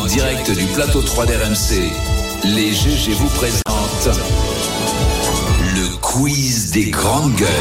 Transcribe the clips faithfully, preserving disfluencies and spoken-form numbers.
direct du plateau trois d'R M C, les G G vous présentent le quiz des grandes gueules.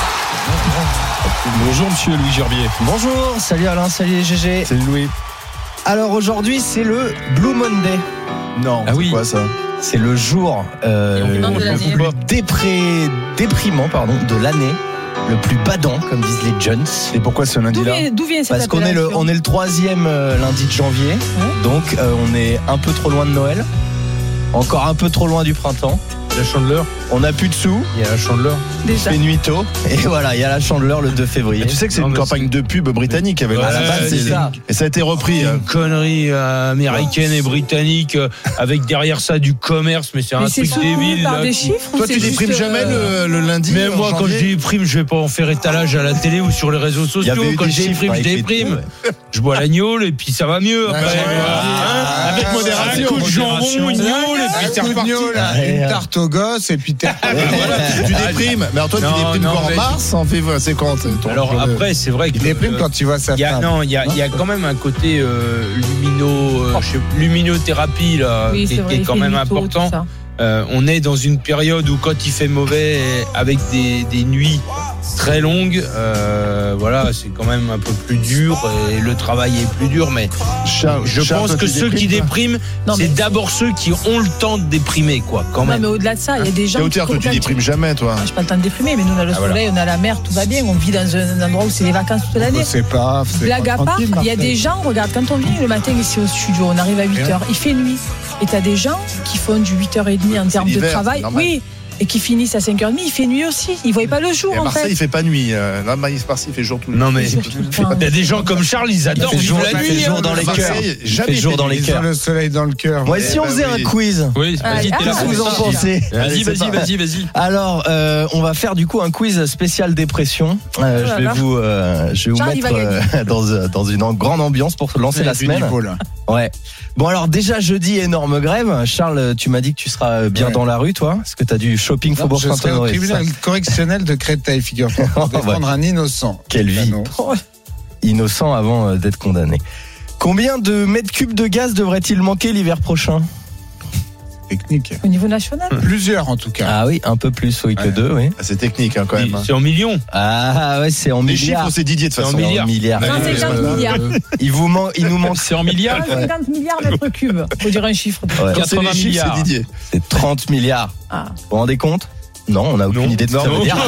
Bonjour monsieur Louis Gerbier. Bonjour, salut Alain, salut les G G. Salut Louis. Alors aujourd'hui c'est le Blue Monday. Non, ah c'est oui. quoi ça? C'est le jour euh, le plus dépré... déprimant pardon, de l'année. Le plus badant, comme disent les jeunes. Et pourquoi ce lundi-là? D'où vient, d'où vient cette Parce qu'on est le, on est le troisième euh, lundi de janvier. Ouais. Donc euh, on est un peu trop loin de Noël. Encore un peu trop loin du printemps. La Chandeleur. On n'a plus de sous. Il y a la Chandeleur. Il fait nuit tôt. Et voilà, il y a la Chandeleur le deux février. Et tu sais que c'est non, une campagne c'est... de pub britannique avec ouais, à la base, c'est ça. Et ça a été repris. Une hein. connerie euh, américaine et britannique euh, avec derrière ça du commerce, mais c'est mais un c'est truc débile. par là, des qui... chiffres. Toi, tu déprimes juste, jamais euh... le, le lundi. Mais moi, quand je déprime, je vais pas en faire étalage à la télé ou sur les réseaux sociaux. Quand je déprime, je déprime. Je bois la gnôle et puis ça va mieux. Après, ouais, hein, avec modération. Un coup de jambon, une gnôle et puis c'est reparti. Une tarte au gosse et puis t'es. Tu déprimes. Mais alors toi, Non, tu déprimes non, quoi en mais- mars, en février, c'est quand ton Alors jour de- après, c'est vrai que Il déprime quand tu vois sa il y a, femme. non, il y a, il y a quand même un côté euh, lumino, euh, je sais, luminothérapie là, Oui, qui, c'est vrai, qui est il quand fait même nuit tôt, important. tout ça. Euh, on est dans une période où quand il fait mauvais, avec des, des nuits très longues, euh, voilà, c'est quand même un peu plus dur et le travail est plus dur. Mais Charles, je Charles, pense toi, que tu ceux qui déprimes, dépriment, Non, c'est mais- d'abord ceux qui ont le temps de déprimer, quoi. Quand Non, même. mais au-delà de ça, il y a des gens. toi, Théo, toi, tu qui- déprimes jamais, toi. Je n'ai pas le temps de déprimer, mais nous, on a le Ah, voilà. soleil, on a la mer, tout va bien. On vit dans un endroit où c'est les vacances toute l'année. C'est pas. c'est Blague pas à part, tranquille, il y a Marseille. des gens, regarde, quand on vient le matin ici au studio, on arrive à huit heures, il fait nuit. Et tu as des gens qui font du huit heures trente en termes de l'hiver, travail. c'est normal. Oui, et qui finissent à cinq heures trente, il fait nuit aussi. Ils ne voient pas le jour, Et à en Marseille, fait. il fait pas nuit. euh, Là, Marseille, il fait jour tout le Non mais Enfin, il y a des gens comme Charles, ils adorent fait vivre jour- la il fait nuit. jour hein. dans les cœurs. Marseille, Il jamais fait jour dans les Ils ont cœurs. le soleil dans le cœur. Moi, Eh si on ben faisait oui. un quiz. Oui, Ah, vas-y, ah, t'es là. Qu'est-ce que vous en pensez? Allez, Vas-y, c'est vas-y, pas- vas-y, vas-y. Alors, euh, on va faire du coup un quiz spécial dépression. Euh, Oh là je vais là. vous, euh, je vais vous Charles, il mettre va euh, dans, euh, dans une grande ambiance pour lancer la Du semaine. niveau, là. Ouais. Bon alors déjà jeudi énorme grève. Charles, tu m'as dit que tu seras bien Ouais. dans la rue, toi, parce que t'as du shopping Non, Faubourg je serai au Saint-Honoré. tribunal correctionnel de Créteil, figure-toi, pour défendre un innocent. Quelle vie. Non. Innocent avant euh, d'être condamné. Combien de mètres cubes de gaz devrait-il manquer l'hiver prochain? Technique. au niveau national. Plusieurs en tout cas. Ah oui, un peu plus oui que Ouais. deux, oui. Ah, c'est technique hein, quand même. hein. C'est en millions. Ah ouais, c'est en Les milliards. chiffres, c'est Didier de toute C'est en façon. milliards. milliards. cent cinquante euh, milliards. Il vous man- il nous manque C'est en milliards. cent cinquante milliards mètres cubes. Faut dire un chiffre. Ouais. Quand c'est les quatre-vingts chiffres, milliards. c'est Didier. C'est trente milliards. Ah. Vous vous rendez compte? Non, on n'a aucune Non. idée de ce que ça Non. veut dire.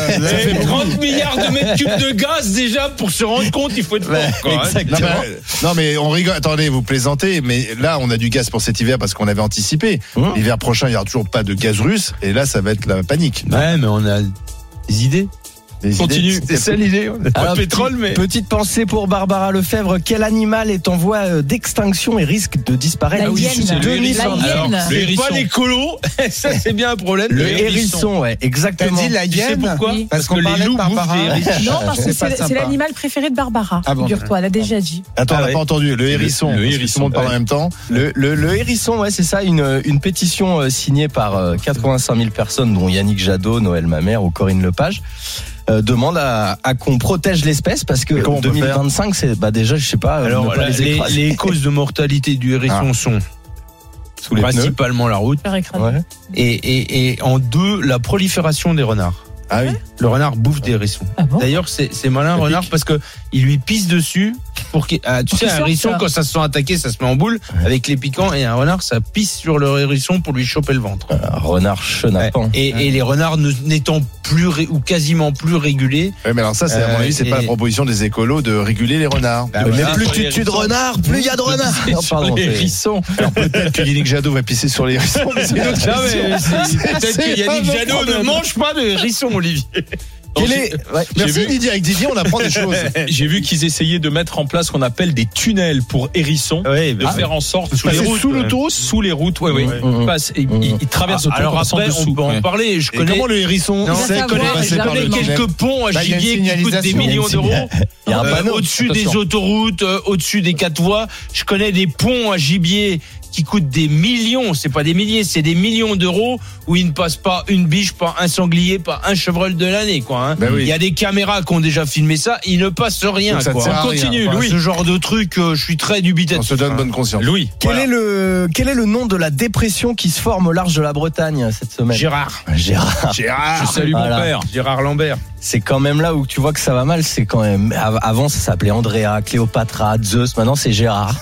Eh, trente milliards de mètres cubes de gaz déjà pour se rendre compte, il faut être fort. quoi, hein. Non Exactement. mais, non mais on rigole, attendez, vous plaisantez, mais là on a du gaz pour cet hiver parce qu'on avait anticipé. Mmh. L'hiver prochain, il n'y aura toujours pas de gaz russe et là ça va être la panique. Ouais, mais on a des idées. Les Continue. idées, C'est ça l'idée. On a pas Alors, de pétrole, petit- mais. Petite pensée pour Barbara Lefebvre. Quel animal est en voie euh, d'extinction et risque de disparaître La d'ici hyène. deux mille La cent? hyène. Alors, Le c'est pas l'écolo. Ça, c'est bien un problème. Le hérisson, ouais, T'as exactement. dit la Tu sais hyène pourquoi Oui. Parce qu'on que les parlait de loups bouffent Barbara. des hérissons. Non, parce que C'est pas c'est c'est sympa. l'animal préféré de Barbara. Ah bon. Figure-toi, elle a déjà dit. Attends, Ah on n'a ouais. pas entendu. Le hérisson. le parce que hérisson, Tout le monde parle en ouais. même temps. Le, le, le hérisson, ouais, c'est ça, une, une pétition euh, signée par euh, quatre-vingt-cinq mille personnes, dont Yannick Jadot, Noël Mamère ou Corinne Lepage, euh, demande à, à qu'on protège l'espèce parce que Mais comment on peut deux mille vingt-cinq, c'est bah déjà, je sais pas, euh, ne Alors, pas la- les les, écraser. les causes de mortalité du hérisson Ah. sont Sous les pneus. principalement la route Faire écraser. Ouais. et, et, et en deux, la prolifération des renards. Ah oui. Le renard bouffe des hérissons. Ah bon D'ailleurs, c'est c'est malin, Le renard, pique. parce que il lui pisse dessus pour qu'il. Ah, tu Pour sais, qu'il un sorte, hérisson, ça. quand ça se sent attaquer, ça se met en boule avec les piquants, et un renard, ça pisse sur le hérisson pour lui choper le ventre. Un renard chenapan. Et, et les renards ne- n'étant plus ré- ou quasiment plus régulés. Ouais, mais alors ça, c'est à mon Euh, avis, c'est et- pas la proposition des écolos de réguler les renards. Bah, Mais voilà. plus Sur tu les tues de hérissons. renards, plus il y a de renards. C'est Non, sur pardon, les c'est- hérissons. Alors peut-être que Yannick Jadot va pisser sur les hérissons. Mais c'est une autre Non, question. mais c'est- peut-être C'est que Yannick un autre Jadot ne problème. mange pas de hérisson, Olivier. Quel j'ai- est ouais. Merci J'ai vu- Didier. Avec Didier, on apprend des choses. J'ai vu qu'ils essayaient de mettre en place ce qu'on appelle des tunnels pour hérissons, Oui, de bah, faire en sorte Sous les routes, sous ouais. l'autoroute, sous les routes, oui, oui. Ouais. Ils passent- ils, ils- ils traversent Ah, alors l'autoroute en après, passant on dessous. peut en Ouais. parler. Je Et connais. comment le hérisson Non, sait va connaît savoir, passer je par le l'avais tunnel? quelques ponts à Bah, il y a une gibier qui coûtent des signalisation. millions d'euros. Il y a un Euh, panneau. au-dessus des Attention. autoroutes, euh, au-dessus des quatre voies. Je connais des ponts à gibier qui coûtent des millions, c'est pas des milliers, c'est des millions d'euros où il ne passe pas une biche, pas un sanglier, pas un chevreuil de l'année, quoi. Hein. Ben oui. Il y a des caméras qui ont déjà filmé ça, il ne passe rien, Donc ça ne quoi. sert à On rien. continue, Enfin, Louis. Ce genre de truc, euh, je suis très On dubitatif. se donne bonne conscience. Louis. Quel Voilà. est le quel est le nom de la dépression qui se forme au large de la Bretagne cette semaine? Gérard. Gérard. Gérard. Je salue Voilà. mon père. Gérard Lambert. C'est quand même là où tu vois que ça va mal. C'est quand même av- avant ça s'appelait Andrea, Cléopatra, Zeus. Maintenant c'est Gérard.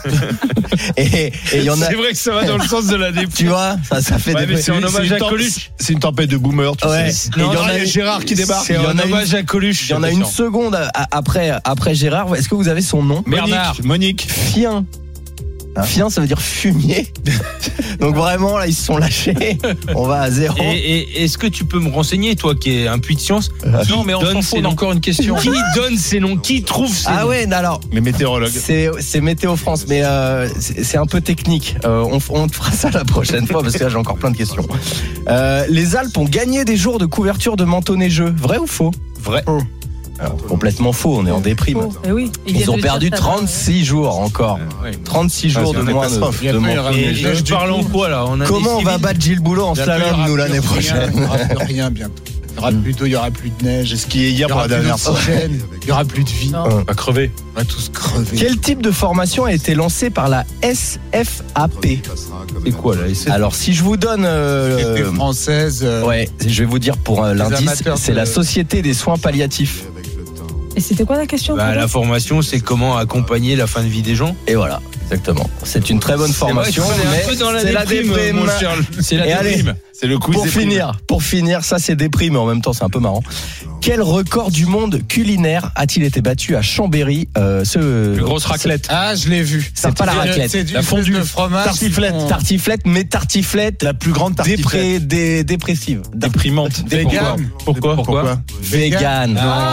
et et il y en a. C'est vrai que ça va dans le sens de la dépression. Tu vois, ça ça fait Ouais, des. mais c'est en C'est hommage une à tem- Coluche. C'est une tempête de boomers, tu Ouais. sais. Et il y en Non, a il y a Gérard qui débarque. C'est C'est en en a une- hommage à Coluche. Il y en a une seconde à- après après Gérard. Est-ce que vous avez son nom? Bernard. Monique. Fien. Fien, ça veut dire fumier. Donc vraiment là ils se sont lâchés. On va à zéro. Et, et est-ce que tu peux me renseigner, toi qui es un puits de science, qui Non, mais on donne s'en ces fout, on a noms encore une question. Qui donne ces noms? Qui trouve ces Ah noms? ouais, alors Les météorologues. c'est c'est Météo France, mais euh, c'est c'est un peu technique. Euh, on, on te fera ça la prochaine fois parce que là j'ai encore plein de questions. Euh, les Alpes ont gagné des jours de couverture de manteau neigeux. Vrai ou faux? Vrai. Alors, complètement faux. On est en déprime. Oh, eh oui. Il vient Ils de ont le perdu dire tout à l'heure. trente-six jours encore. Ouais. trente-six Ah, jours c'est de une moins de, catastrophe. de Et après, il y manteau. aura Et, des et neige je du parle en coup. quoi là? On a des Comment on va civils. battre Gilles Boulot en Il y aura slalom plus nous l'année rien, prochaine? Il n'y aura plus rien bientôt. Il y aura plutôt, il y aura plus de neige. Ce qui est Il y hier pour aura la plus dernière fois. d'oxygène. Il y aura plus de vie. Non. Euh, Va crever. On va tous crever. Quel type de formation a été lancé par la S F A P? C'est quoi là? C'est- Alors si je vous donne euh, Société française. euh, ouais, je vais vous dire pour euh, l'indice, amateurs c'est de- la Société des soins palliatifs. Et c'était quoi la question? Bah, pardon la formation, c'est comment accompagner la fin de vie des gens. Et voilà, exactement. C'est une très bonne formation, C'est vrai qu'on est un mais peu dans la c'est la déprime, déprime. mon cher. C'est la Et allez, déprime. C'est le quiz Pour des primes. finir, pour finir, ça c'est déprime, mais en même temps c'est un peu marrant. Quel record du monde culinaire a-t-il été battu à Chambéry euh, ce Plus grosse raclette. Ah, je l'ai vu. C'est pas la raclette. C'est du La fondue. de fromage. Tartiflette, On- tartiflette, mais tartiflette La plus grande tartiflette. dépré, dé- dépressive, Déprimante. Vegan. Pourquoi? Pourquoi? vegan.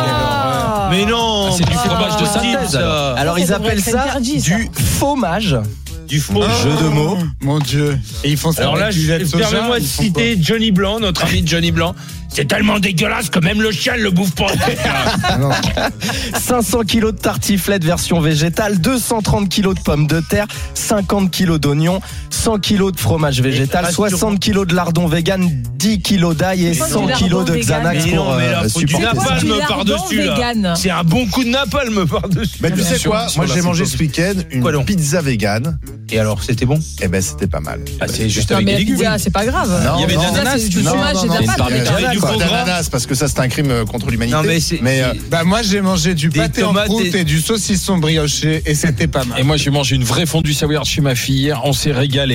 Ah. Mais non. Ah, c'est du fromage de Ah. synthèse, ça. Alors Ça ils devrait appellent être ça interdit, ça. du fromage. Du faux. Ah, Jeu de mots. Mon Dieu. Et ils font ça. Alors là, avec du je- lait de soja, permets-moi de ils font citer Johnny Blanc, notre ami Johnny Blanc. C'est tellement dégueulasse que même le chien le bouffe pas. quoi Non. cinq cents kilos de tartiflette version végétale, deux cent trente kilos de pommes de terre, cinquante kilos d'oignons, cent kilos de fromage végétal, rassure-moi. soixante kilos de lardon vegan, dix kilos d'ail et C'est quoi cent du kilos de lardon Xanax Mais pour non, mais là, euh, faut du supporter ça. napalm Du lardon par-dessus là. vegan. C'est un bon coup de napalm par-dessus. Mais tu Bien sais sûr, quoi? sur Moi la j'ai mangé séquence. ce week-end une Quoi donc pizza végane. Et alors, c'était bon? Eh ben c'était pas mal. Ah, c'est juste Non, avec mais des la légumes. pizza, c'est pas grave. Non, Il y avait non. de Pizza, l'ananas. c'est du Non, fromage non, et de non, la une pâte. parmigiana, Avec du quoi, foie gras. d'ananas, parce que ça c'est un crime euh, contre l'humanité. Non, mais c'est- mais euh, Bah moi j'ai mangé du Des pâté en tomates croûte et- et du saucisson brioché et c'était pas mal. Et moi, j'ai mangé une vraie fondue savoyarde chez ma fille hier. On s'est régalé.